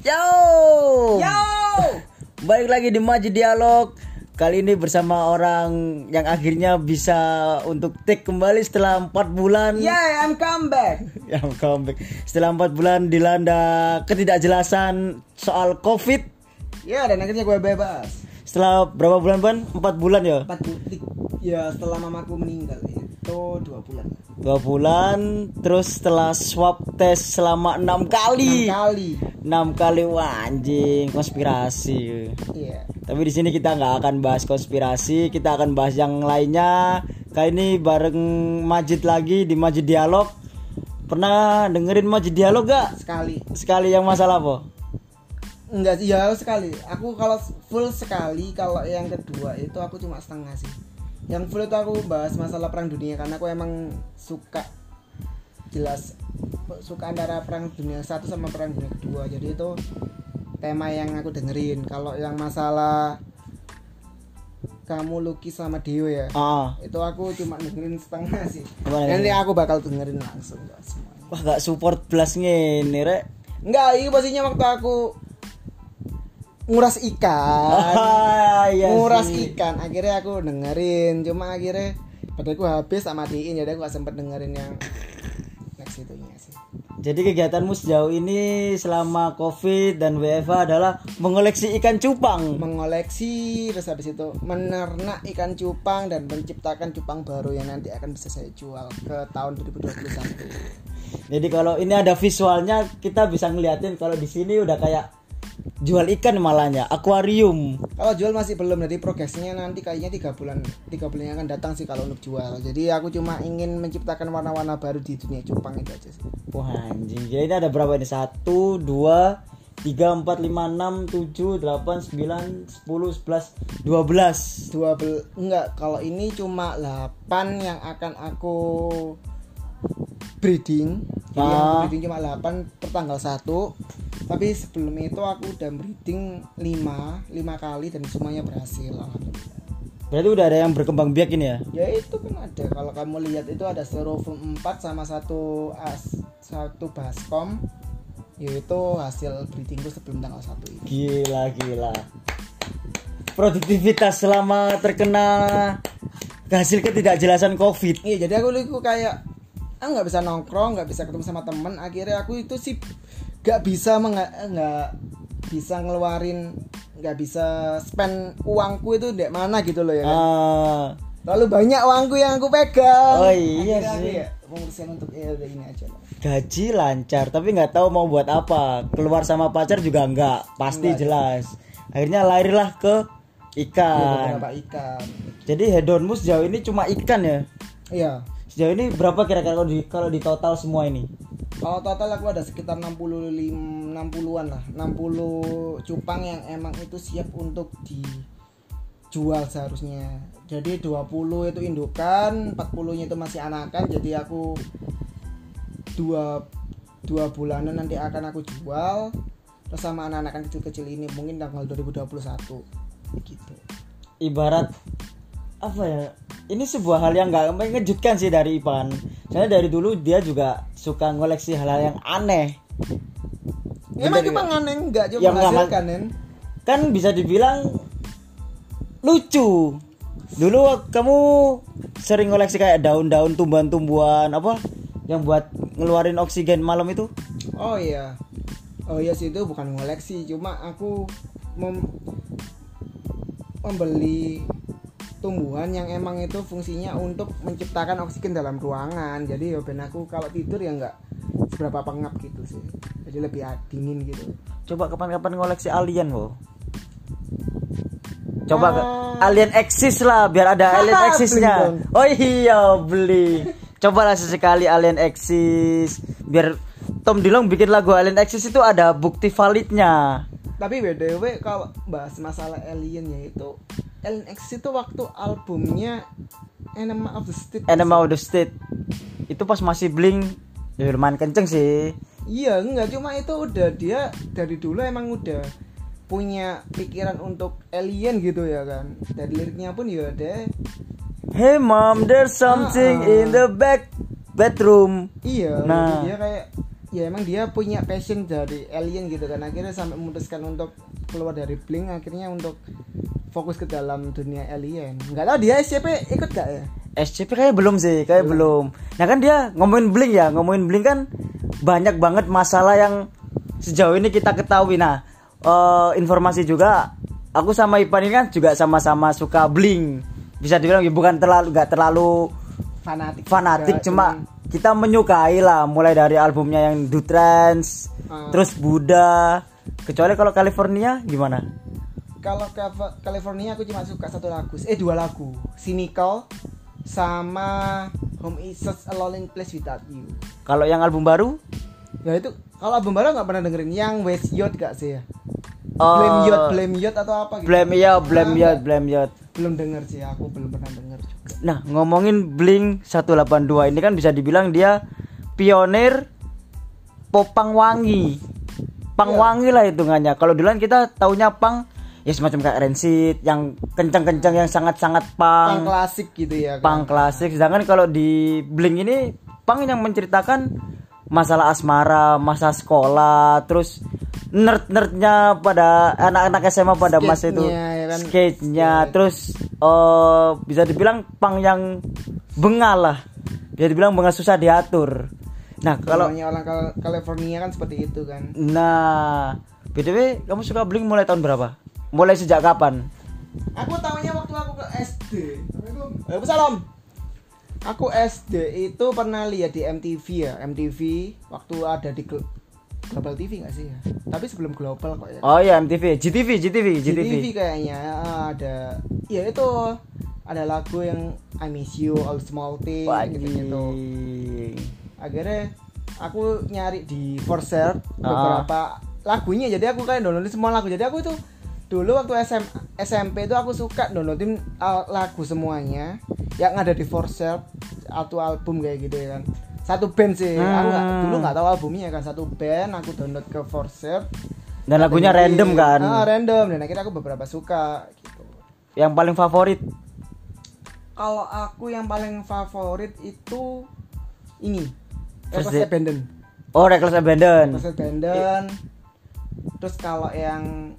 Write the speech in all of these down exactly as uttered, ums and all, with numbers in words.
Yo. Yo. Balik lagi di Maju Dialog. Kali ini bersama orang yang akhirnya bisa untuk take kembali setelah empat bulan. Yeah, I'm come back. Ya, I'm come back. Setelah empat bulan dilanda ketidakjelasan soal COVID. Ya, dan akhirnya gue bebas. Setelah berapa bulan, Ban? empat bulan ya? Empat bulan. Ya, setelah mamaku meninggal itu dua bulan. Dua bulan. Terus setelah swab test selama enam kali. Enam kali. Enam kali, wah anjing, konspirasi. Iya. Tapi di sini kita nggak akan bahas konspirasi, kita akan bahas yang lainnya. Kali ini bareng Majid lagi di Majid Dialog. Pernah dengerin Majid Dialog gak? Sekali. Sekali yang masalah apa? Enggak sih, ya sekali. Aku kalau full sekali, kalau yang kedua itu aku cuma setengah sih. Yang full itu aku bahas masalah perang dunia karena aku emang suka jelas suka antara perang dunia satu sama perang dunia kedua. Jadi itu tema yang aku dengerin. Kalau yang masalah kamu lukis sama Dio ya, Ah. itu aku cuma dengerin setengah sih. Gimana Nanti ini? aku bakal dengerin langsung gak semuanya. Wah gak support belas ngene rek. Enggak, ini posisinya waktu aku nguras ikan. Ah, iya nguras sih. ikan, akhirnya aku dengerin. Cuma akhirnya bateraiku habis sama matiin, jadi aku gak sempet dengerin yang next itunya sih. Jadi kegiatanmu sejauh ini selama COVID dan W F H adalah mengoleksi ikan cupang. Mengoleksi, terus habis itu menernak ikan cupang dan menciptakan cupang baru yang nanti akan bisa saya jual ke tahun dua ribu dua puluh satu. Jadi kalau ini ada visualnya kita bisa ngeliatin kalau di sini udah kayak jual ikan malahnya, akuarium. Kalau jual masih belum, jadi progresnya nanti kayaknya tiga bulan tiga bulan yang akan datang sih kalau untuk jual. Jadi aku cuma ingin menciptakan warna-warna baru di dunia cupang itu aja sih. Wah anjing, jadi ini ada berapa ini? satu, dua, tiga, empat, lima, enam, tujuh, delapan, sembilan, sepuluh, sebelas, dua belas. Dua bel enggak, kalau ini cuma delapan yang akan aku breeding. Jadi Ah. yang aku breeding cuma delapan per tanggal satu. Tapi sebelum itu aku udah breeding lima, lima kali dan semuanya berhasil. Alhamdulillah. Berarti udah ada yang berkembang biak ini ya? Ya itu kan ada, kalau kamu lihat itu ada styrofoam empat sama satu as, satu baskom. Yaitu hasil breedingku sebelum tanggal satu ini. Gila gila. Produktivitas selama terkena hasil ketidakjelasan COVID. Iya, jadi aku aku kayak aku nggak bisa nongkrong, nggak bisa ketemu sama temen. Akhirnya aku itu sih nggak bisa menga- nggak bisa ngeluarin, nggak bisa spend uangku itu di mana gitu loh ya kan. Ah, Terlalu banyak uangku yang aku pegang. Oh iya Akhirnya aku sih. ya memutuskan untuk ya udah ini aja lah. gaji lancar tapi nggak tahu mau buat apa. Keluar sama pacar juga nggak pasti Nggak. jelas. Akhirnya larilah ke ikan. Beberapa ikan. Jadi hedonmu sejauh ini cuma ikan ya? Iya. Sejauh ini berapa kira-kira kalau di kalau di total semua ini? Kalau total aku ada sekitar enam puluh lima, enam puluhan lah. enam puluh cupang yang emang itu siap untuk dijual seharusnya. Jadi dua puluh itu indukan, empat puluh-nya itu masih anakan. Jadi aku dua dua bulanan nanti akan aku jual. Terus sama anak-anak kecil-kecil ini mungkin tanggal dua ribu dua puluh satu gitu. Ibarat apa ya? Ini sebuah hal yang nggak mengejutkan sih dari Ipan. Soalnya dari dulu dia juga suka ngoleksi hal-hal yang aneh. Emang Bener cuma nggak? nganeng enggak cuma Yang nggak menghasilkan kan? Kan bisa dibilang lucu. Dulu kamu sering ngoleksi kayak daun-daun, tumbuhan-tumbuhan apa yang buat ngeluarin oksigen malam itu? Oh iya. Oh iya sih, itu bukan ngoleksi, cuma aku mem- membeli tumbuhan yang emang itu fungsinya untuk menciptakan oksigen dalam ruangan. Jadi ya ben aku kalau tidur ya enggak seberapa pengap gitu sih. Jadi lebih dingin gitu. Coba kapan-kapan ngoleksi alien, wo. Coba ke Ah. alien eksis lah, biar ada alien Beli eksisnya. dong. Oh iya, beli. Cobalah sesekali alien eksis, biar Tom Dilong bikin lagu alien eksis itu ada bukti validnya. Tapi B T W kalau bahas masalah aliennya itu, Alien X itu waktu albumnya Enema of the State. Enema of the State itu pas masih bling, ya lumayan kenceng sih. Iya, enggak, cuma itu udah dia dari dulu emang udah punya pikiran untuk alien gitu ya kan. Dari liriknya pun ya ada. Hey mom, there's something Ah, ah. in the back bedroom. Iya, Nah. dia kayak ya emang dia punya passion dari Alien gitu kan, akhirnya sampai memutuskan untuk keluar dari Blink, akhirnya untuk fokus ke dalam dunia Alien. Nggak tahu dia S C P ikut gak ya? S C P kayak belum sih, kayak belum. belum. Nah kan dia ngomongin Blink ya, ngomongin Blink kan banyak banget masalah yang sejauh ini kita ketahui. Nah, uh, informasi juga, aku sama Ipan ini kan juga sama-sama suka Blink. Bisa dibilang bukan terlalu nggak terlalu fanatik. Fanatik juga, cuma cuman kita menyukai lah, mulai dari albumnya yang Do Trance, uh. terus Buddha. Kecuali kalau California gimana? Kalau California aku cuma suka satu lagu, eh dua lagu, Cynical sama Home Is Such a Lonely Place Without You. Kalau yang album baru? Ya itu, kalau album baru nggak pernah dengerin. Yang West Yacht gak sih ya? Uh, Blame Yacht, Blame Yacht atau apa gitu? Blame Yacht, Blame Yacht, Blame Yacht. Belum denger sih, aku belum pernah denger juga. Nah, ngomongin Blink seratus delapan puluh dua ini kan bisa dibilang dia pionir pop punk wangi. Punk yeah. wangi lah hitungannya. Kalau duluan kita taunya punk ya semacam kayak Rancid yang kencang-kencang, yang sangat-sangat punk. Punk klasik gitu ya. Punk kan? Klasik. Sedangkan kalau di Blink ini punk yang menceritakan masalah asmara, masa sekolah, terus nerd-nerdnya pada anak-anak S M A pada skate masa itu, ya kan? Skate-nya, skate. Terus uh, bisa dibilang punk yang bengal lah, bisa dibilang bengal susah diatur. Nah kalau orang California kan seperti itu kan. Nah, B T W kamu suka Blink mulai tahun berapa? Mulai sejak kapan? Aku tahunya waktu aku ke S D. Waalaikumsalam. Aku S D itu pernah lihat di M T V ya, M T V waktu ada di Global T V nggak sih ya? Tapi sebelum Global kok ya. Oh iya M T V, G T V, G T V, G T V. G T V kayaknya ada. Ya itu ada lagu yang I Miss You, All Small Things gitu-gitu. Akhirnya aku nyari di For Sale beberapa ah. lagunya. Jadi aku kayak downloadin semua lagu. Jadi aku itu dulu waktu S M, S M P itu aku suka downloadin lagu semuanya yang ada di For Sale atau album kayak gitu ya kan. Satu band sih, hmm. aku gak, dulu nggak tahu albumnya kan, satu band aku download ke For Sale dan lagunya random kan? Ah, random, dan akhirnya aku beberapa suka gitu. Yang paling favorit? Kalau aku yang paling favorit itu ini, Reckless Abandon. Oh, Reckless Abandon. Reckless Abandon. Terus kalau yang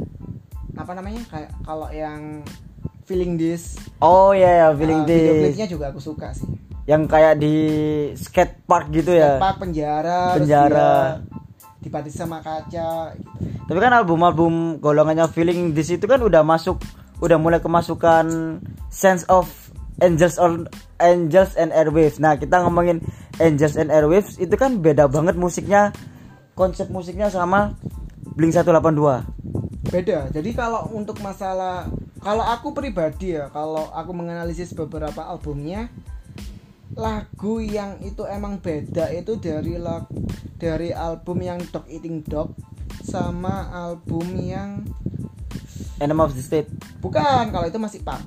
apa namanya, kayak kalau yang Feeling This. Oh iya, yeah, yeah, Feeling uh, This. Video klipnya juga aku suka sih. Yang kayak di skate park gitu ya. Skate park, penjara, penjara. Dibatasi sama kaca gitu. Tapi kan album-album golongannya Feeling This itu kan udah masuk, udah mulai kemasukan Sense of Angels on Angels and Airwaves. Nah, kita ngomongin Angels and Airwaves itu kan beda banget musiknya, konsep musiknya sama Blink seratus delapan puluh dua. Beda. Jadi kalau untuk masalah, kalau aku pribadi ya, kalau aku menganalisis beberapa albumnya, lagu yang itu emang beda itu dari lagu, dari album yang Dog Eating Dog sama album yang Enemy of the State. Bukan, kalau itu masih punk.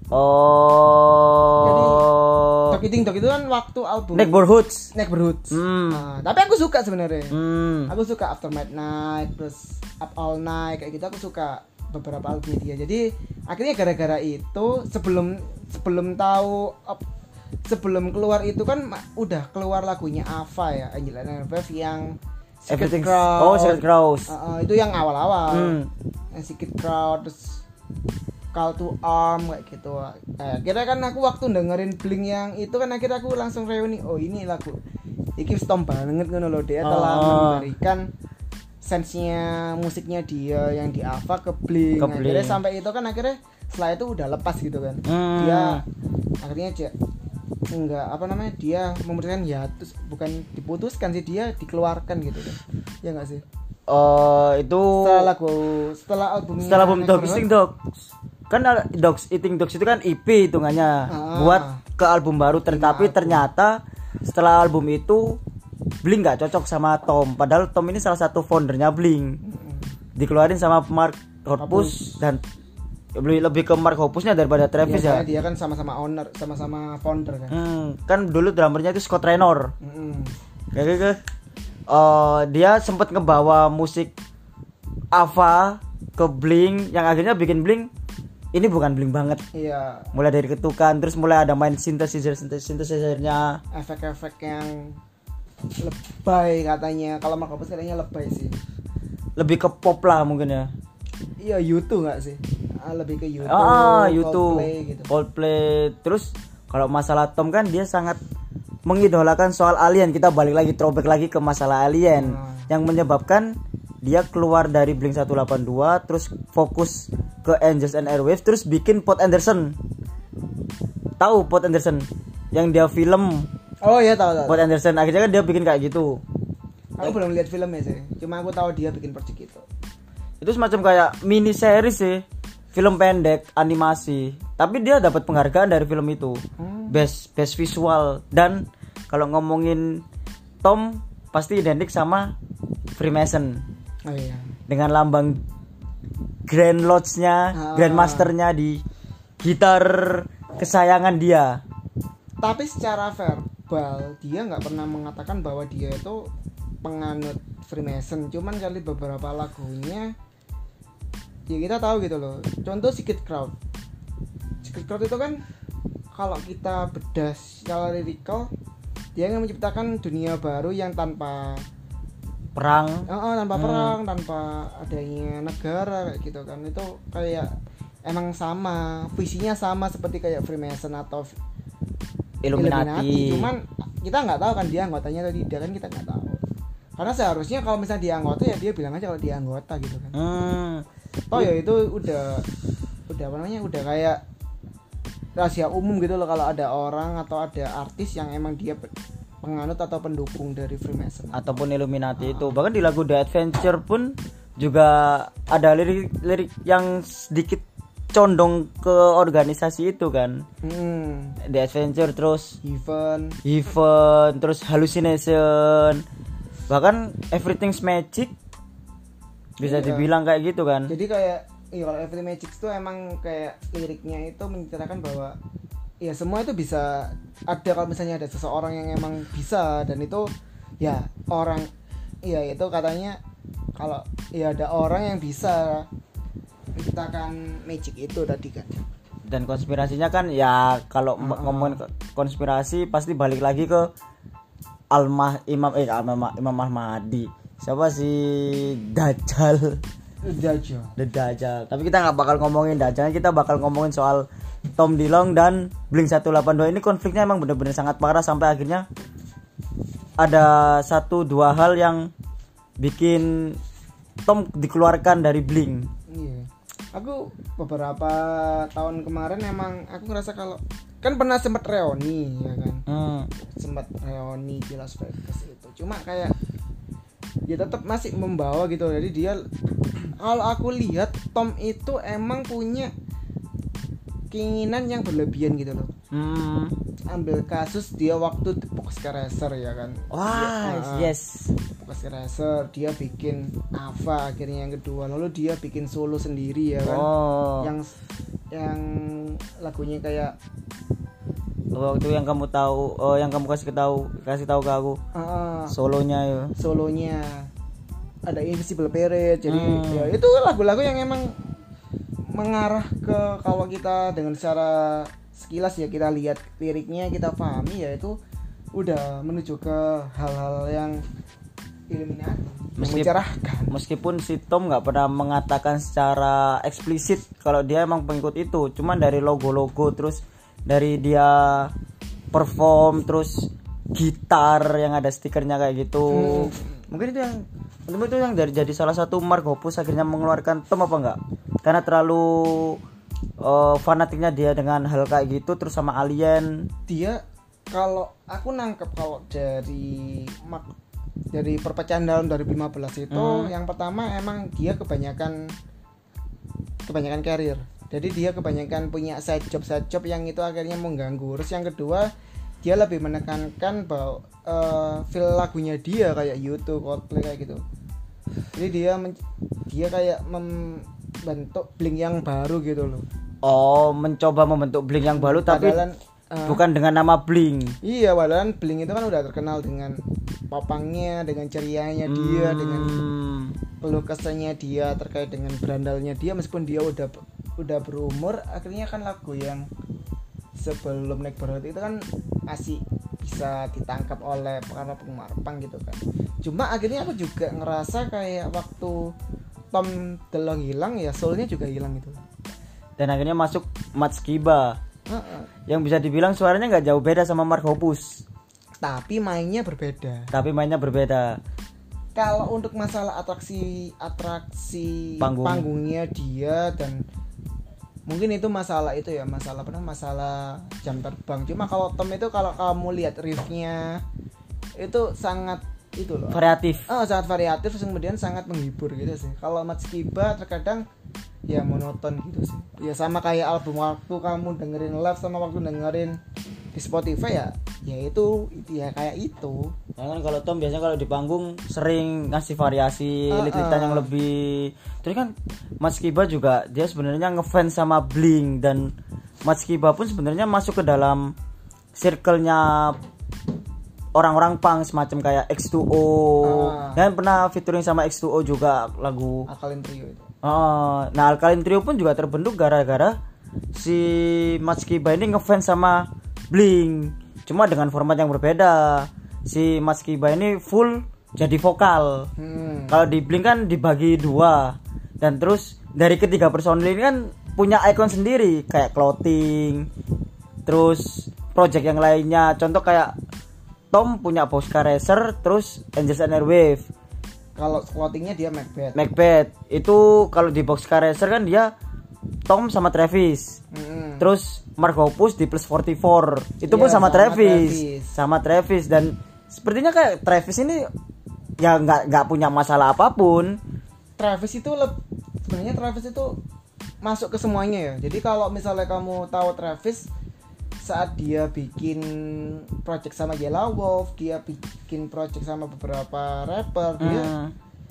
Oh. Jadi Dog Eating Dog itu kan waktu album Neighborhoods. Neighborhoods. Hmm. Nah, tapi aku suka sebenarnya. Hmm. Aku suka After Midnight, terus Up All Night kayak gitu, aku suka beberapa album dia. Jadi akhirnya gara-gara itu sebelum sebelum tahu sebelum keluar itu kan udah keluar lagunya Ava ya, Angel and Airwaves yang Secret Crowd. Oh, Secret Crowd. Uh, uh, itu yang awal-awal. Hmm. Yang Secret Crowd, terus Call to Arm kayak gitu. Eh, kira kan aku waktu dengerin Blink yang itu kan akhirnya aku langsung reuni, oh ini lagu iki stomp banget ngono lho, dia telah oh. memberikan sense-nya musiknya dia yang di Ava ke Blink. Ke Blink. Akhirnya sampai itu kan akhirnya setelah itu udah lepas gitu kan. Hmm. Dia akhirnya aja enggak apa namanya, dia memutuskan ya terus bukan diputuskan sih, dia dikeluarkan gitu kan. Ya enggak sih? Oh, uh, itu setelah lagu setelah albumnya setelah album Dogs Eating Dogs. Kan Dogs Eating Dogs itu kan E P hitungannya ah. buat ke album baru, tetapi ternyata setelah album itu Blink nggak cocok sama Tom, padahal Tom ini salah satu foundernya Blink. Dikeluarin sama Mark Hoppus dan lebih lebih ke Mark Hoppusnya daripada Travis ya. Ya dia kan sama-sama owner, sama-sama founder kan. Hmm, kan dulu drummernya itu Scott Raynor. Hmm. Kayak gitu. Uh, dia sempat ngebawa musik Ava ke Blink yang akhirnya bikin Blink ini bukan Blink banget. Iya. Mulai dari ketukan, terus mulai ada main synthesizer synthesizer-nya, efek-efek yang lebay katanya. Kalau Mark Hoppus katanya lebay sih. Lebih ke pop lah mungkin ya. Iya, YouTube nggak sih? Ah, lebih ke YouTube. Ah, YouTube. Coldplay gitu. Coldplay. Terus kalau masalah Tom kan dia sangat mengidolakan soal alien. Kita balik lagi throwback lagi ke masalah alien Ah. yang menyebabkan dia keluar dari Blink seratus delapan puluh dua terus fokus ke Angels and Airwaves terus bikin Pod Anderson. Tahu Pod Anderson yang dia film Oh iya, tahu tahu. Pod Anderson akhirnya kan dia bikin kayak gitu. Aku belum lihat filmnya sih. Cuma aku tahu dia bikin project itu. Itu semacam kayak mini series sih, film pendek animasi, tapi dia dapat penghargaan dari film itu. Hmm. Best best visual. Dan kalau ngomongin Tom pasti identik sama Freemason Oh iya. dengan lambang Grand Lodge-nya, Ah. Grand Master-nya di gitar kesayangan dia. Tapi secara verbal dia nggak pernah mengatakan bahwa dia itu penganut Freemason. Cuman kali beberapa lagunya ya kita tahu gitu loh. Contoh Secret Crowd. Secret Crowd itu kan kalau kita bedah secara lirikal dia ingin menciptakan dunia baru yang tanpa Perang. oh, oh, tanpa Hmm. perang, tanpa adanya negara kayak gitu kan. Itu kayak emang sama, visinya sama seperti kayak Freemason atau Illuminati. Cuman kita nggak tahu kan dia anggotanya atau tidak, kan kita nggak tahu. Karena seharusnya kalau misalnya dia anggota ya dia bilang aja kalau dia anggota gitu kan. Hmm. Oh ya itu udah udah apa namanya udah kayak rahasia umum gitu loh kalau ada orang atau ada artis yang emang dia pe- penganut atau pendukung dari Freemason. Ataupun Illuminati itu. Bahkan di lagu The Adventure pun juga ada lirik-lirik yang sedikit condong ke organisasi itu kan. Hmm. The Adventure terus Even Event terus Hallucination, bahkan Everything's Magic bisa Iya. dibilang kayak gitu kan. jadi kayak iya kalau Every Magic itu emang kayak liriknya itu menceritakan bahwa ya semua itu bisa ada kalau misalnya ada seseorang yang emang bisa, dan itu ya orang iya itu katanya kalau ya ada orang yang bisa menciptakan magic itu tadi kan. Dan konspirasinya kan ya kalau Uh-uh. ngomongin ke- konspirasi pasti balik lagi ke Almah Imam eh Imam Imam Mahdi. Siapa sih Dajjal? Jaja. The Dajjal. Tapi kita nggak bakal ngomongin Dajjal, kita bakal ngomongin soal Tom DeLonge dan Blink seratus delapan puluh dua. Ini konfliknya emang benar-benar sangat parah sampai akhirnya ada satu dua hal yang bikin Tom dikeluarkan dari Blink. Iya. Aku beberapa tahun kemarin emang aku ngerasa kalau kan pernah sempat reuni ya kan. Hmm. Sempat reuni di Las Vegas itu. Cuma kayak dia tetap masih membawa gitu. Jadi dia kalau aku lihat Tom itu emang punya keinginan yang berlebihan gitu loh. Hmm. Ambil kasus dia waktu di Pokeska Racer ya kan. Wah, Dia, uh, yes. Pokeska Racer dia bikin Ava akhirnya yang kedua, lalu dia bikin solo sendiri ya kan. Oh. Yang yang lagunya kayak Waktu yang kamu tahu, oh yang kamu kasih tahu, kasih tahu ke aku uh, solonya ya. solonya ada Invisible Parade. Jadi Hmm. ya itu lagu-lagu yang emang mengarah ke kalau kita dengan secara sekilas ya kita lihat liriknya kita pahami ya itu udah menuju ke hal-hal yang Illuminati yang Meskip- mencerahkan. Meskipun si Tom nggak pernah mengatakan secara eksplisit kalau dia emang pengikut itu, cuman dari logo-logo terus dari dia perform terus gitar yang ada stikernya kayak gitu. Hmm. Mungkin itu yang mungkin itu yang dari jadi salah satu Mark Hoppus akhirnya mengeluarkan Tom apa enggak? Karena terlalu uh, fanatiknya dia dengan hal kayak gitu terus sama alien. Dia kalau aku nangkep kalau dari mak dari perpecahan tahun dua ribu lima belas itu Hmm. yang pertama emang dia kebanyakan kebanyakan karir. Jadi dia kebanyakan punya side job side job yang itu akhirnya mengganggu. Terus yang kedua dia lebih menekankan bahwa uh, feel lagunya dia kayak YouTube, Coldplay kayak gitu. Jadi dia men- dia kayak membentuk Blink yang baru gitu loh. Oh, mencoba membentuk Blink yang baru tapi Padahal uh, bukan dengan nama Blink. iya, padahal Blink itu kan udah terkenal dengan popangnya, dengan cerianya dia, dengan Hmm. keluh kesahnya dia terkait dengan berandalnya dia meskipun dia udah udah berumur. Akhirnya kan lagu yang sebelum naik berat itu kan masih bisa ditangkap oleh para penggemar punk gitu kan. Cuma akhirnya aku juga ngerasa kayak waktu Tom DeLonge hilang ya soulnya juga hilang gitu. Dan akhirnya masuk Mats Kiba. Uh-uh. Yang bisa dibilang suaranya nggak jauh beda sama Mark Hoppus. Tapi mainnya berbeda. Tapi mainnya berbeda. Kalau untuk masalah atraksi atraksi Panggung. panggungnya dia dan mungkin itu masalah itu ya masalah apa namanya masalah jam terbang. Cuma kalau Tom itu kalau kamu lihat riffnya itu sangat itu loh Variatif. oh sangat variatif terus kemudian sangat menghibur gitu sih. Kalau Mats Kiba terkadang ya monoton gitu sih ya, sama kayak album waktu kamu dengerin live sama waktu dengerin di Spotify ya ya itu itu ya kayak itu Ya kan kalau Tom biasanya kalau di panggung sering ngasih variasi Uh-uh. lirik-lirikan yang lebih. Terus kan Mats Kiba juga dia sebenarnya ngefans sama Blink, dan Mats Kiba pun sebenarnya masuk ke dalam circle-nya orang-orang punk semacam kayak X two O. Ah. Dan pernah featuring sama X two O juga lagu. Alkaline Trio itu. Oh, nah Alkaline Trio pun juga terbentuk gara-gara si Mats Kiba ini ngefans sama Blink, cuma dengan format yang berbeda. Si Mats Kiba ini full jadi vokal. Hmm. Kalau di Blink kan dibagi dua, dan terus dari ketiga personil ini kan punya ikon sendiri kayak clothing, terus project yang lainnya. Contoh kayak Tom punya Boxcar Racer, terus Angels and Airwave. Kalau clothingnya dia Macbeth. Macbeth itu kalau di Boxcar Racer kan dia Tom sama Travis. Hmm. Terus Mark Hoppus di Plus empat puluh empat itu Iya, pun sama, sama Travis. Travis. Sama Travis, dan sepertinya kayak Travis ini ya nggak nggak punya masalah apapun. Travis itu leb- sebenarnya Travis itu masuk ke semuanya ya. Jadi kalau misalnya kamu tahu Travis saat dia bikin project sama Yellow Wolf, dia bikin project sama beberapa rapper, dia Hmm.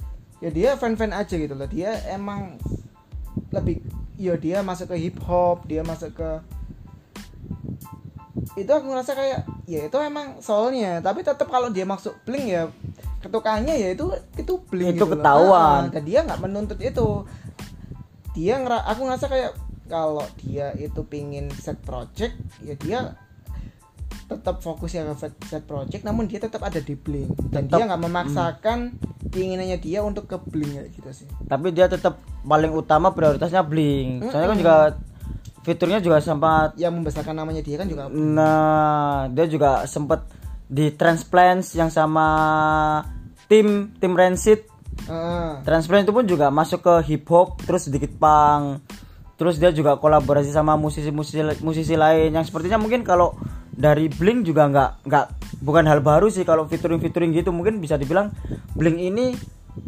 ya dia fan-fan aja gitu loh. Dia emang lebih ya dia masuk ke hip hop, dia masuk ke itu aku ngerasa kayak ya itu emang soalnya, tapi tetap kalau dia masuk Blink ya ketukannya ya itu itu Blink Itu gitu loh. ketahuan. Ah, dan dia nggak menuntut itu. Dia ngera aku ngerasa kayak kalau dia itu pingin set project ya dia tetap fokus ya ke set- set project, namun dia tetap ada di Blink dan Tetap, dia nggak memaksakan keinginannya dia untuk ke Blink kayak gitu sih. Tapi dia tetap paling utama prioritasnya Blink. Soalnya kan juga fiturnya juga sempat. Yang membesarkan namanya dia kan juga. Nah, dia juga sempat di Transplants yang sama tim tim Rancid. Ah. Transplants itu pun juga masuk ke hip hop, terus sedikit punk. Terus dia juga kolaborasi sama musisi-musisi musisi lain yang sepertinya mungkin kalau dari Blink juga nggak nggak bukan hal baru sih kalau featuring-featuring gitu. Mungkin bisa dibilang Blink ini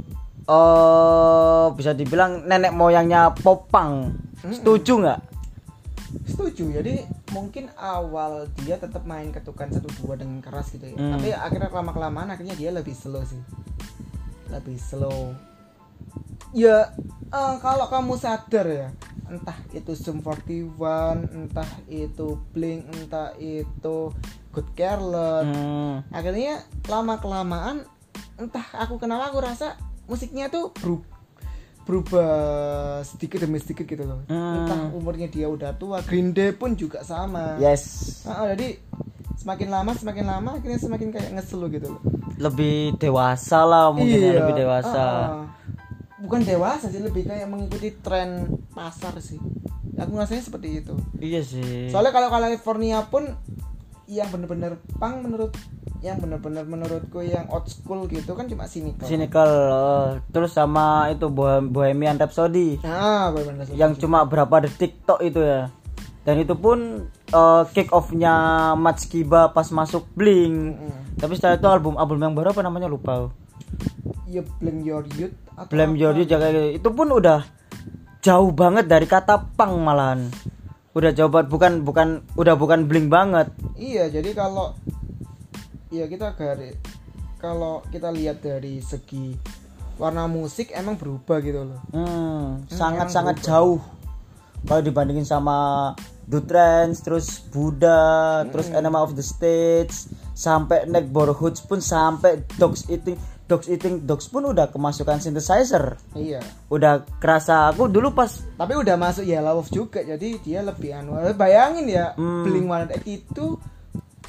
eh bisa dibilang nenek moyangnya pop punk. Setuju nggak? Setuju. Jadi mungkin awal dia tetap main ketukan satu dua dengan keras gitu ya. Hmm. Tapi akhirnya lama kelamaan akhirnya dia lebih slow sih. Lebih slow. Ya eh, kalau kamu sadar ya, entah itu Sum empat puluh satu, entah itu Blink, entah itu Good Charlotte. Hmm. Akhirnya lama kelamaan entah aku kenapa aku rasa musiknya tuh berubah berubah sedikit demi sedikit gitu loh. Hmm. Entah umurnya dia udah tua. Green Day pun juga sama. Yes. Ah, jadi semakin lama semakin lama akhirnya semakin kayak ngeselu gitu loh. Lebih dewasa lah mungkin ya, Iya. lebih dewasa. Ah, ah. Bukan dewasa sih, lebih kayak mengikuti tren pasar sih. Aku ngerasanya seperti itu. Iya sih. Soalnya kalau California pun yang bener-bener punk menurut yang bener-bener menurutku yang old school gitu kan cuma Cynical. Cynical, eh, terus sama itu Bohem- Bohemian Rhapsody Ah, bener-bener yang cuma berapa detik tok itu ya. Dan itu pun eh, kick off-nya Mats Kiba pas masuk Blink. Mm-mm. Tapi setelah itu album album yang baru apa namanya lupa. Ya Blame Your Youth atau Blame apa. Your Youth jaga itu pun udah jauh banget dari kata punk malahan. Udah jauh banget, bukan bukan udah bukan Blink banget. Iya, jadi kalau ya kita garis kalau kita lihat dari segi warna musik emang berubah gitu loh. Hmm, Hmm, sangat-sangat emang jauh kalau dibandingin sama The Trance, terus Buddha, terus Enema of the Stage, sampai Neighborhoods pun, sampai Dogs Eating Dogs Eating Dogs pun udah kemasukan synthesizer. Iya. Udah kerasa. Aku dulu pas Tapi udah masuk Yellow Wolf juga, jadi dia lebih anu. Bayangin ya, Hmm. Blink seratus delapan puluh delapan itu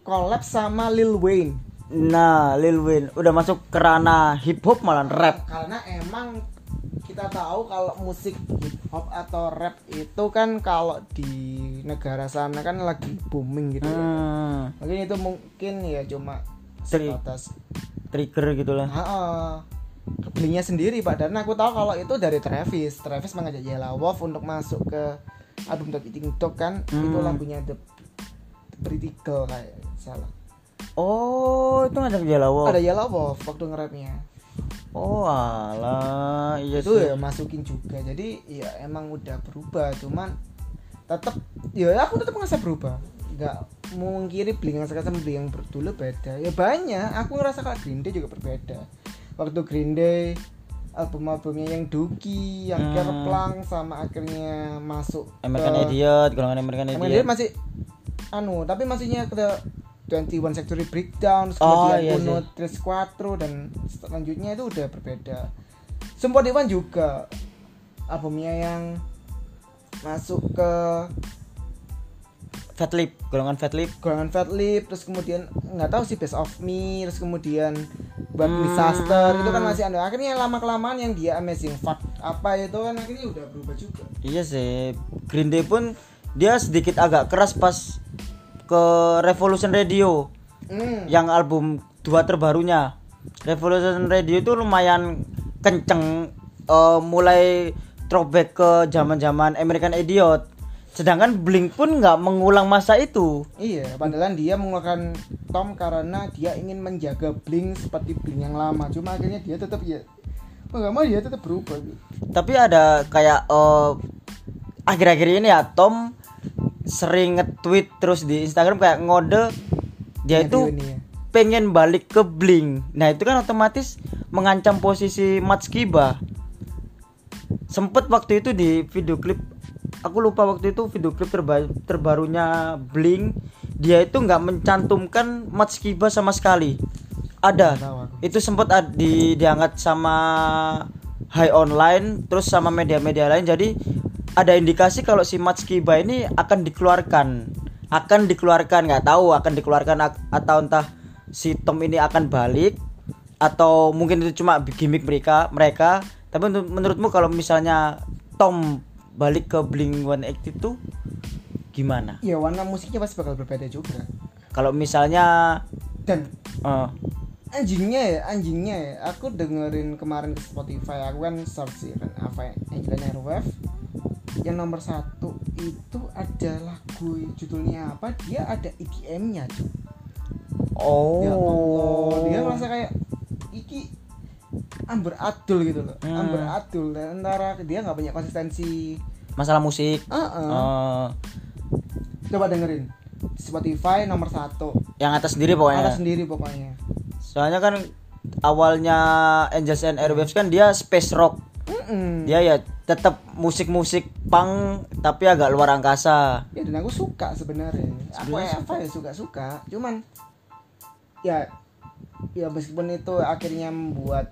collab sama Lil Wayne. Nah, Lil Wayne udah masuk ke ranah hip hop malah rap. Karena emang kita tahu kalau musik hip hop atau rap itu kan kalau di negara sana kan lagi booming gitu. Hmm. Ya. Mungkin itu mungkin ya cuma Tri- sebatas trigger gitulah. Heeh. Blinknya sendiri Pak, dan aku tahu kalau itu dari Travis. Travis mengajak Yellow Wolf untuk masuk ke album Dot Eating Dog kan. Hmm. Itu lagunya The, The Pretty Girl kayak salah. Oh, itu ngajak Jalawo. Ada Yellow Wolf waktu nge-rapnya. Oh, alah, iya Itu sih. ya masukin juga. Jadi ya emang udah berubah, cuman tetap ya aku tetap ngerasa berubah. Enggak mungkiri Blink yang sekarang sama Blink yang dulu beda. Ya banyak, aku ngerasa kalau Green Day juga berbeda. Waktu Green Day album-albumnya yang Dookie, yang Hmm. Kerplang sama akhirnya masuk American ke Idiot, golongan American Emang Idiot. dia masih anu, tapi masihnya ke twenty-one Century Breakdown, terus Oh, kemudian iya Uno sih. Tres Quattro dan selanjutnya itu udah berbeda. Sumpah Dewan juga albumnya yang masuk ke Fat Lip, golongan Fat Lip. golongan Fat Lip, terus kemudian nggak tahu sih Best of Me, terus kemudian buat Hmm. Disaster itu kan masih ada. Akhirnya lama kelamaan yang dia Amazing Fat apa itu kan akhirnya udah berubah juga. Iya sih. Green Day pun dia sedikit agak keras pas ke Revolution Radio Hmm. yang album dua terbarunya. Revolution Radio itu lumayan kenceng, eh, mulai throwback ke zaman-zaman American Idiot. Sedangkan Blink pun nggak mengulang masa itu. Iya, padahal dia mengeluarkan Tom karena dia ingin menjaga Blink seperti Blink yang lama. Cuma akhirnya dia tetap ya, mau nggak mau dia tetap berubah. Gitu. Tapi ada kayak eh, akhir-akhir ini ya Tom sering nge-tweet terus di Instagram kayak ngode dia Video itu ini ya. pengen balik ke Blink. Nah itu kan otomatis mengancam posisi Matt Skiba. Sempet waktu itu di video klip, aku lupa waktu itu video klip terba- terbarunya Blink, dia itu nggak mencantumkan Matt Skiba sama sekali. Ada, Nggak tahu aku. itu sempet ad- di diangkat sama High Online, terus sama media-media lain. Jadi ada indikasi kalau si Matt Skiba ini akan dikeluarkan, akan dikeluarkan, nggak tahu akan dikeluarkan ak- atau entah si Tom ini akan balik atau mungkin itu cuma gimmick mereka mereka. Tapi menur- menurutmu kalau misalnya Tom balik ke Blink one eighty-two gimana? Ya warna musiknya pasti bakal berbeda juga. Kalau misalnya Dan eh, anjingnya ya, anjingnya ya. Aku dengerin kemarin ke Spotify, aku kan search sih kan apa ya, Angel Airwave. Yang nomor satu itu ada lagu judulnya apa? Dia ada E D M-nya cuy. oh Ya Allah, dia merasa kayak iki Amber Adul gitu loh. Hmm. Amber Adul dan antara dia nggak punya konsistensi. masalah musik. Heeh. Eh, Coba dengerin Spotify nomor satu. yang atas sendiri pokoknya. Ada sendiri pokoknya. Soalnya kan awalnya Angels and Airwaves kan dia space rock. Mm-mm. Dia ya tetap musik-musik punk tapi agak luar angkasa. Ya dan aku suka sebenarnya. Aku Sebenarnya apa ya suka-suka. Cuman ya ya meskipun itu akhirnya membuat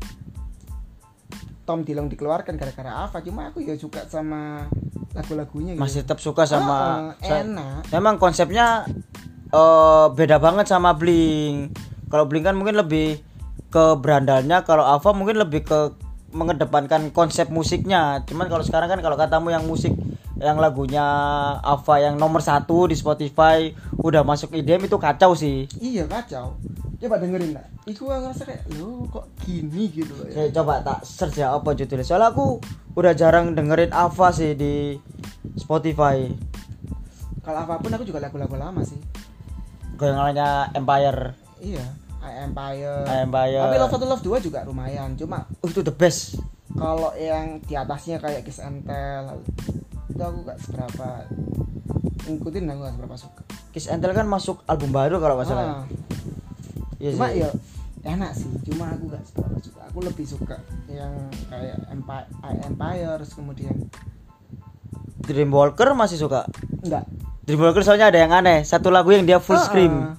Tom Dillon dikeluarkan gara-gara apa, cuma aku ya suka sama lagu-lagunya gitu. Masih tetap suka sama Ah, sa- enak. Memang konsepnya eh, beda banget sama Blink. Kalau Blink kan mungkin lebih ke berandalnya, kalau Ava mungkin lebih ke mengedepankan konsep musiknya. Cuman kalau sekarang kan kalau katamu yang musik yang lagunya Ava yang nomor satu di Spotify udah masuk E D M itu kacau sih. Iya kacau. Coba dengerin lah. Iku gua ngerasa kayak lo kok gini gitu loh ya. Saya coba tak search ya apa judulnya. Soalnya aku udah jarang dengerin Ava sih di Spotify. Kalau apapun aku juga lagu-lagu lama sih. Goyangannya Empire, Iya, I Empire. Empire. Tapi Love to Love dua juga lumayan. Cuma Oh, itu the best. kalau yang di atasnya kayak Kiss and Tell itu aku gak seberapa ngikutin, aku gak seberapa suka. Kiss and Tell kan masuk album baru kalau nggak salah. Ah, Iya cuma sih. ya enak sih, cuma aku gak seberapa suka. Aku lebih suka yang kayak Empire, I Empire terus kemudian Dreamwalker masih suka. enggak. Dreamwalker soalnya ada yang aneh. Satu lagu yang dia full Ah, scream. ah.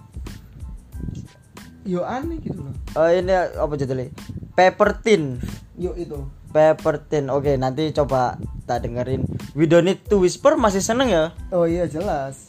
Yo aneh gitu loh. Oh, ini apa judulnya? Paper Tin. Yo itu. Paper Tin. Oke, nanti coba tak dengerin. We Don't Need to Whisper masih seneng ya? Oh iya jelas.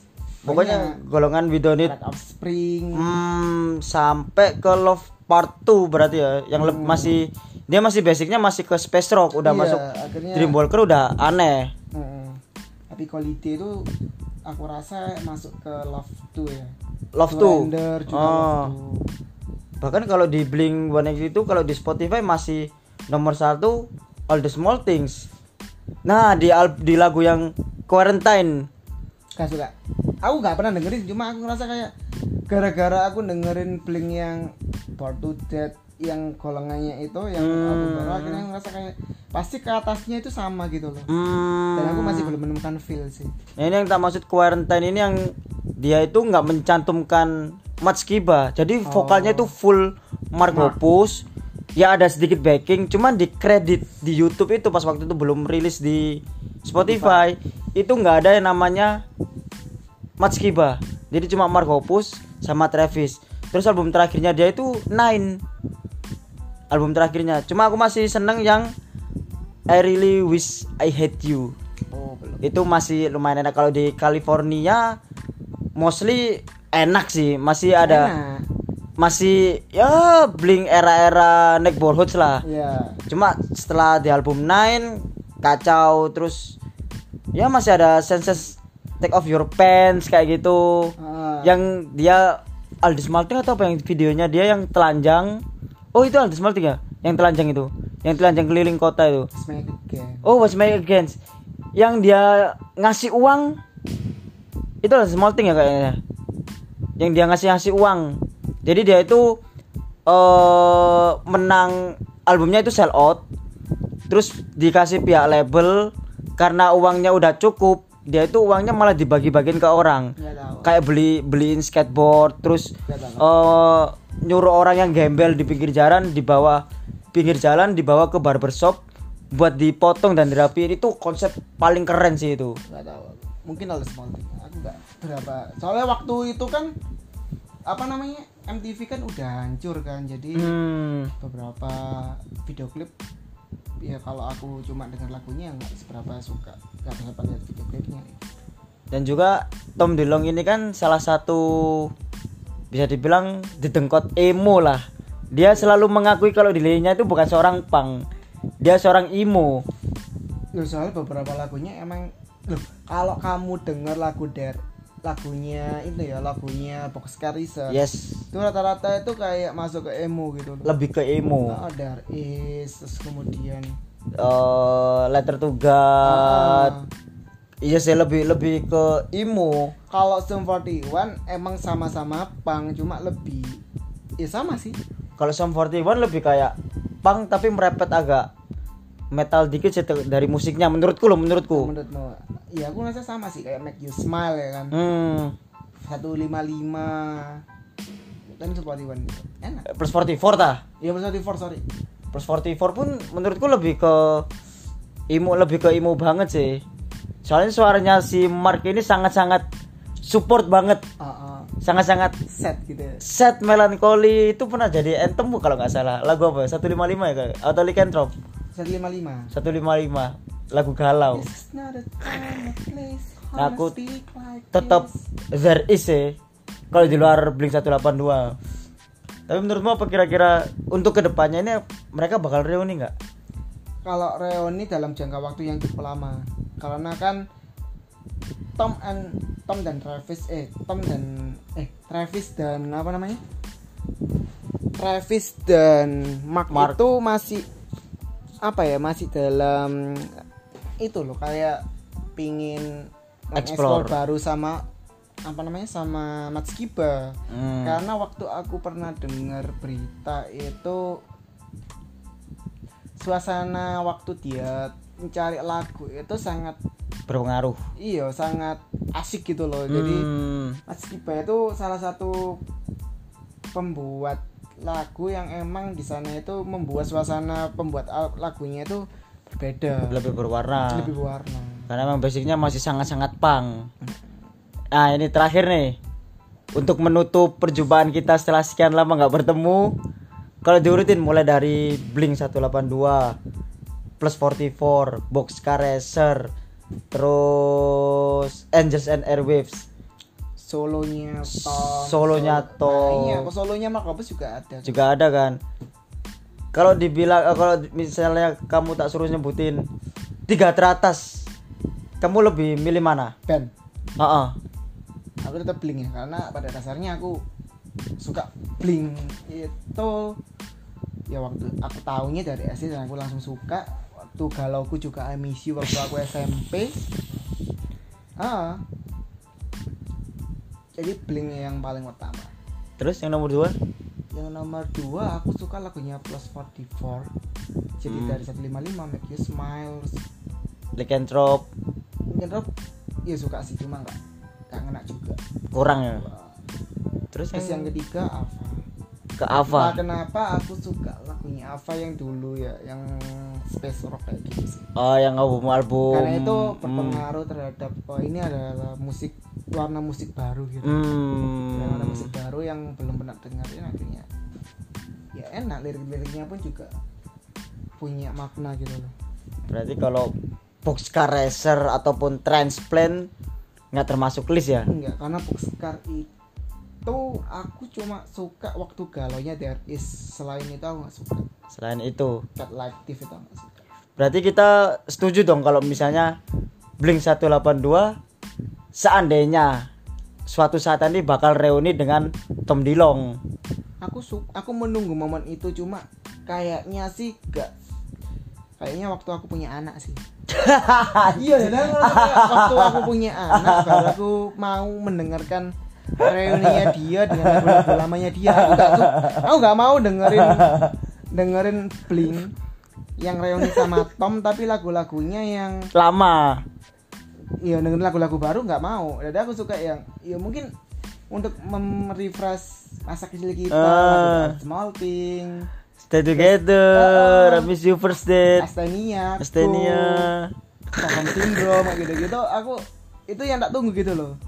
Pokoknya golongan We Don't Need Red Offspring. Hmm, sampai ke Love Part dua berarti ya. Yang hmm. le- masih dia masih basicnya masih ke space rock, udah iya, masuk akhirnya, Dreamwalker udah aneh. Hmm. Tapi Quality itu aku rasa masuk ke Love dua ya. Love dua. Juga oh. Love dua. Bahkan kalau di Blink one eighty-two itu kalau di Spotify masih nomor satu All the Small Things. Nah, di al- di lagu yang Quarantine gak suka. Aku gak pernah dengerin, cuma aku ngerasa kayak gara-gara aku dengerin Blink yang Born to Death yang golongannya itu yang hmm. album baru, akhirnya aku ngerasa kayak pasti ke atasnya itu sama gitu loh. Hmm. Dan aku masih belum menemukan feel sih. Nah, ini yang tak maksud Quarantine ini yang dia itu nggak mencantumkan Mats Kiba. Jadi oh. vokalnya itu full Mark Hoppus. Ya ada sedikit backing, cuman di kredit di YouTube itu pas waktu itu belum rilis di Spotify, Spotify. Itu nggak ada yang namanya Mats Kiba. Jadi cuma Mark Hoppus sama Travis. Terus album terakhirnya dia itu Nine. Album terakhirnya. Cuma aku masih seneng yang I Really Wish I Hate You. Oh, belum. Itu masih lumayan enak. Kalau di California mostly enak sih, masih ada enak. Masih ya Blink era-era Neighborhoods lah. Yeah. Cuma setelah di album Nine kacau, terus ya masih ada Senses Take Off Your Pants kayak gitu. Uh. Yang dia Aldous Malting atau apa yang videonya dia yang telanjang. Oh itu Aldous Malting ya? Yang telanjang itu. Yang telanjang keliling kota itu. Oh, What's My Against. Yang dia ngasih uang. Itu Aldous Malting ya kayaknya. Yang dia ngasih-ngasih uang. Jadi dia itu uh, menang albumnya itu sell out. Terus dikasih pihak label karena uangnya udah cukup. Dia itu uangnya malah dibagi-bagiin ke orang. Kayak beli beliin skateboard, terus uh, nyuruh orang yang gembel di pinggir jalan dibawa pinggir jalan dibawa ke barbershop buat dipotong dan dirapiin. Itu konsep paling keren sih itu. Gak tahu. Mungkin Aldous Malting. Aku enggak berapa. Soalnya waktu itu kan apa namanya? M T V kan udah hancur kan. Jadi hmm. beberapa video klip ya kalau aku cuma dengar lagunya nggak seberapa suka, nggak sempat lihat video klipnya. Dan juga Tom DeLonge ini kan salah satu bisa dibilang didengkot emo lah. Dia selalu mengakui kalau dirinya itu bukan seorang punk, dia seorang emo. Loh, soalnya beberapa lagunya emang loh, kalau kamu dengar lagu der lagunya itu ya lagunya Boxcar Racer. Yes. Itu rata-rata itu kayak masuk ke emo gitu loh. Lebih ke emo. Oh, There Is, terus kemudian uh, Letter to God. Uh, iya sih lebih lebih ke emo. Kalau Sum forty-one emang sama-sama punk, cuma lebih ya sama sih. Kalau Sum forty-one lebih kayak punk tapi merepet agak metal dikit sih dari musiknya menurutku loh, menurutku. Menurutmu? Iya, aku rasa sama sih kayak Make You Smile ya kan. Hmm. seratus lima puluh lima dan Sum forty-one gitu. Enak. Plus forty-four tah? Iya, plus forty-four, sorry. Plus forty-four pun menurutku lebih ke emo, lebih ke emo banget sih. Soalnya suaranya si Mark ini sangat-sangat support banget. Uh-uh. Sangat-sangat sad gitu ya. Sad melancholy itu pernah jadi anthem kalau nggak salah. Lagu apa? seratus lima puluh lima ya kayak atau Lycanthrope? seratus lima puluh lima. seratus lima puluh lima. Lagu galau. Nah, aku like tetap There Is sih. Kalau di luar Blink seratus delapan puluh dua. Tapi menurutmu apa kira-kira untuk kedepannya ini mereka bakal reuni nggak? Kalau reuni dalam jangka waktu yang cukup lama, karena kan Tom and Tom dan Travis eh Tom dan eh Travis dan apa namanya? Travis dan Mark, Mark. Itu masih apa ya? Masih dalam itu loh kayak pingin explore baru sama apa namanya sama Mats Kiba. Hmm. Karena waktu aku pernah dengar berita itu suasana waktu dia mencari lagu itu sangat berpengaruh. Iya, sangat asik gitu loh. Jadi hmm. Mats Kiba itu salah satu pembuat lagu yang emang di sana itu membuat suasana pembuat lagunya itu berbeda, lebih berwarna. Lebih berwarna. Karena emang basicnya masih sangat-sangat punk. Nah, ini terakhir nih. Untuk menutup perjumpaan kita setelah sekian lama enggak bertemu. Kalau diurutin mulai dari Blink seratus delapan puluh dua, Plus forty-four, Boxcar Racer, terus Angels and Airwaves. solonya Tom. Solonya Nah, Tom. iya, kok solonya Mark Hoppus juga ada. Juga ada kan. Kalau dibilang eh, kalau misalnya kamu tak suruh nyebutin tiga teratas, kamu lebih milih mana? Band. Heeh. Aku tetap Blink ya, karena pada dasarnya aku suka Blink itu ya waktu aku tahunya dari S D dan aku langsung suka. Waktu galauku juga I Miss You waktu aku S M P. Ah. Jadi Blink yang paling utama. Terus yang nomor dua? Yang nomor dua aku suka lagunya Plus empat puluh empat. Jadi Hmm. dari seratus lima puluh lima Make You Smile. Lycanthrope Mungkin Rob ya suka sih cuma enggak enggak ngena juga. kurang ya. Terus, Terus yang ketiga Ava. ke Ava. Entah kenapa aku suka lagunya Ava yang dulu ya, yang space rock kayak gitu sih. Oh, yang album-album. Karena itu Hmm. berpengaruh terhadap oh ini adalah musik warna musik baru gitu. Hmm. Warna musik baru yang belum pernah dengerin akhirnya. Ya enak, lirik-liriknya pun juga punya makna gitu loh. Berarti kalau Boxcar Racer ataupun Transplant nggak termasuk list ya? Enggak, karena Boxcar itu aku cuma suka waktu galaunya There Is. Selain itu aku nggak suka. Selain itu, Cat Like Thief itu aku nggak suka. berarti kita setuju dong kalau misalnya Blink seratus delapan puluh dua seandainya suatu saat nanti bakal reuni dengan Tom DeLonge. Aku su- aku menunggu momen itu cuma kayaknya sih gak, kayaknya waktu aku punya anak sih. Iya, dan waktu aku punya anak baru aku mau mendengarkan reuninya dia dengan lagu-lagu lamanya dia. Aku gak, aku gak mau dengerin dengerin Blink yang reuni sama Tom tapi lagu-lagunya yang Lama. iya dengerin lagu-lagu baru nggak mau. Jadi aku suka yang ya mungkin untuk merefresh masa kecil kita, Ah. lagu Small Thing, Stay Together, Uh, I Miss You First Date, Astenia, Astenia. Stockholm Syndrome kayak gitu-gitu. Aku itu yang tak tunggu gitu loh.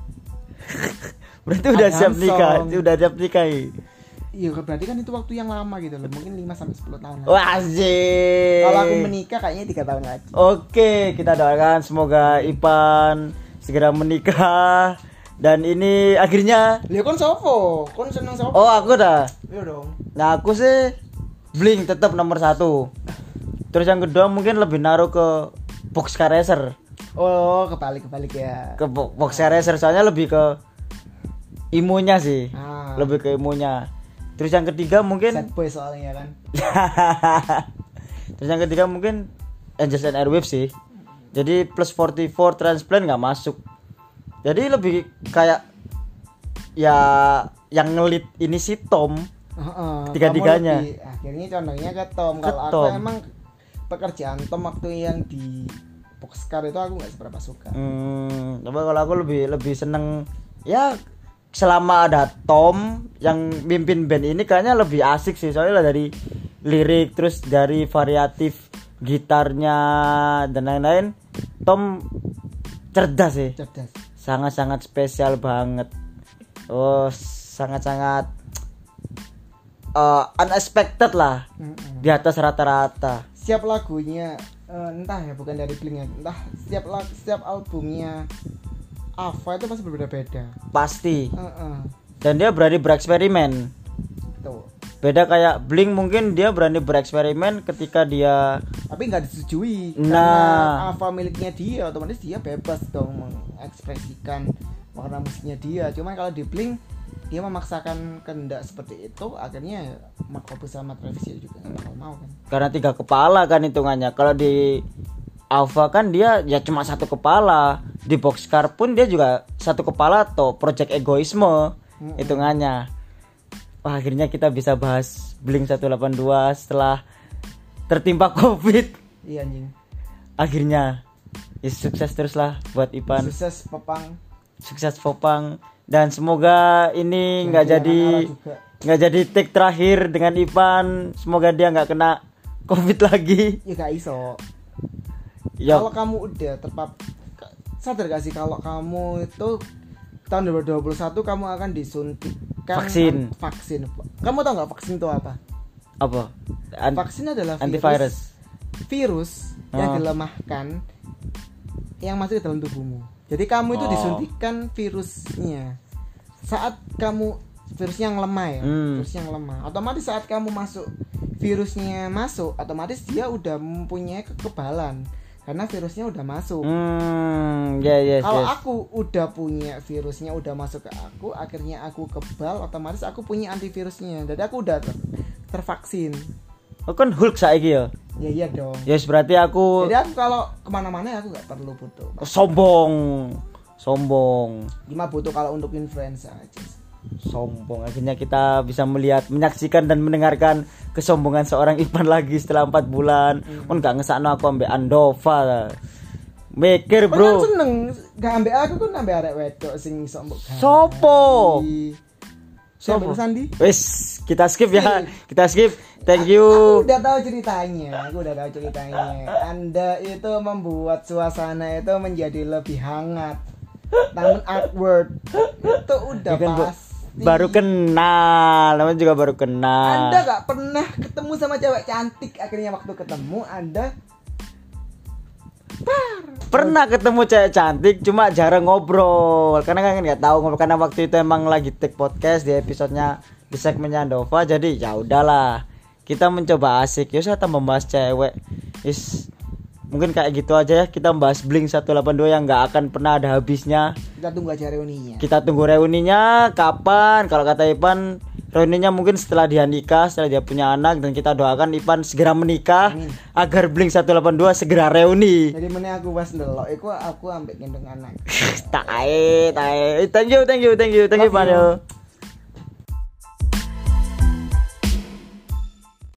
Berarti udah Ada siap nikah, Samsung. udah siap nikah. Iya, berarti kan itu waktu yang lama gitu loh. Mungkin lima sampai sepuluh tahun lagi. Wah, asik. Kalau aku menikah kayaknya tiga tahun lagi. Oke, kita doakan semoga Ipan segera menikah dan ini akhirnya. Lihat kon sopo, kon seneng sopo? Oh, aku dah. Iya dong. Nah, aku sih Blink tetap nomor satu. Terus yang kedua mungkin lebih naruh ke Boxcar Racer. Oh, kebalik kebalik ya. Ke Bo- Boxcar Racer soalnya lebih ke imunya sih. Ah. Lebih ke imunya. Terus yang ketiga mungkin Sad boy soalnya kan. Terus yang ketiga mungkin Angels and Airwaves sih. Jadi Plus empat puluh empat Transplant nggak masuk. Jadi lebih kayak ya yang ngelit ini si Tom. Heeh, Tiga-tiganya. kamu lebih- akhirnya condongnya ke Tom. Ke Kalau aku Tom. emang pekerjaan Tom waktu yang di Boxcar itu aku nggak seberapa suka. Hmm, coba kalau aku lebih lebih seneng ya selama ada Tom yang mimpin band ini kayaknya lebih asik sih soalnya dari lirik terus dari variatif gitarnya dan lain-lain. Tom cerdas sih. Cerdas. Sangat-sangat spesial banget. Oh, sangat-sangat uh, unexpected lah. Mm-mm. Di atas rata-rata. Setiap lagunya eh, entah ya bukan dari Blink ya, entah setiap lag, setiap albumnya Ava itu pasti berbeda-beda. Pasti. Heeh. Dan dia berani bereksperimen. Tuh. Beda kayak Blink mungkin dia berani bereksperimen ketika dia Tapi nggak disetujui. Nah. Karena Ava miliknya dia, otomatis dia bebas dong mengekspresikan warna musiknya dia. Cuman kalau di Blink dia memaksakan kehendak seperti itu, akhirnya Mark Hoppus sama Travis ya juga nggak bakal mau kan. karena tiga kepala kan hitungannya. Kalau di Ava kan dia ya cuma satu kepala. Di Boxcar pun dia juga satu kepala atau project egoisme Mm-mm. hitungannya. Wah, akhirnya kita bisa bahas Blink seratus delapan puluh dua setelah tertimpa Covid. Iya anjing. Akhirnya ya, sukses terus lah buat Ipan. Sukses Popang. Sukses Popang dan semoga ini nggak Jadi jadi anak-anak juga. nggak jadi take terakhir dengan Ipan. Semoga dia nggak kena Covid lagi. Ya gak iso. Ya, Kalau kamu udah terpap sadar gak sih kalau kamu itu tahun dua ribu dua puluh satu kamu akan disuntikkan Vaksin. vaksin. Kamu tahu nggak vaksin itu apa? apa? An- Vaksin adalah virus, antivirus. virus yang Oh. dilemahkan yang masuk ke dalam tubuhmu. Jadi kamu itu Oh. disuntikkan virusnya. saat kamu virusnya yang lemah ya, Hmm. virus yang lemah. Otomatis saat kamu masuk virusnya masuk, otomatis dia udah mempunyai kekebalan karena virusnya udah masuk. Hmm, ya yes, Kalau yes. aku udah punya virusnya udah masuk ke aku, akhirnya aku kebal, otomatis aku punya antivirusnya. Jadi aku udah ter- tervaksin. Oh, kan Hulk saiki ya. Ya iya dong. Yes, berarti aku Jadi aku kalau kemana-mana ya aku nggak perlu butuh. sombong. Sombong. Cuma butuh kalau untuk influenza aja. Sombong. Akhirnya kita bisa melihat, menyaksikan dan mendengarkan kesombongan seorang Ipan lagi setelah empat bulan. Hmm. Kon gak ngesakno aku ambek Andova. Mikir, Bro. Bro. Seneng gak ambek aku kan ambek arek wedok sing sok mbok gawe. Sopo? Sopo Sandi? Wes, kita skip ya. Kita skip. Thank Aku you. udah tahu ceritanya. Aku udah tahu ceritanya. Anda itu membuat suasana itu menjadi lebih hangat. Namun awkward. Itu udah Ya kan, Bu. pasti. Baru kenal, namanya juga baru kenal. Anda gak pernah ketemu sama cewek cantik, akhirnya waktu ketemu Anda Pernah ketemu cewek cantik, cuma jarang ngobrol. Karena kan nggak tahu ngobrol, karena waktu itu emang lagi take podcast di episodenya di segmennya Andova. Jadi ya udahlah, kita mencoba asik. Ya saya tambah membahas cewek. Is mungkin kayak gitu aja ya. Kita membahas Blink seratus delapan puluh dua yang nggak akan pernah ada habisnya. kita tunggu aja reuninya. Kita tunggu reuninya kapan? Kalau kata Ipan, reuninya mungkin setelah dia nikah, setelah dia punya anak, dan kita doakan Ipan segera menikah. Amin. Agar Blink seratus delapan puluh dua segera reuni. Jadi mana aku pas ndelok iku aku ambek gendong anak. Tae, tae. Thank you, thank you, thank you, thank you, Love you. Panyo.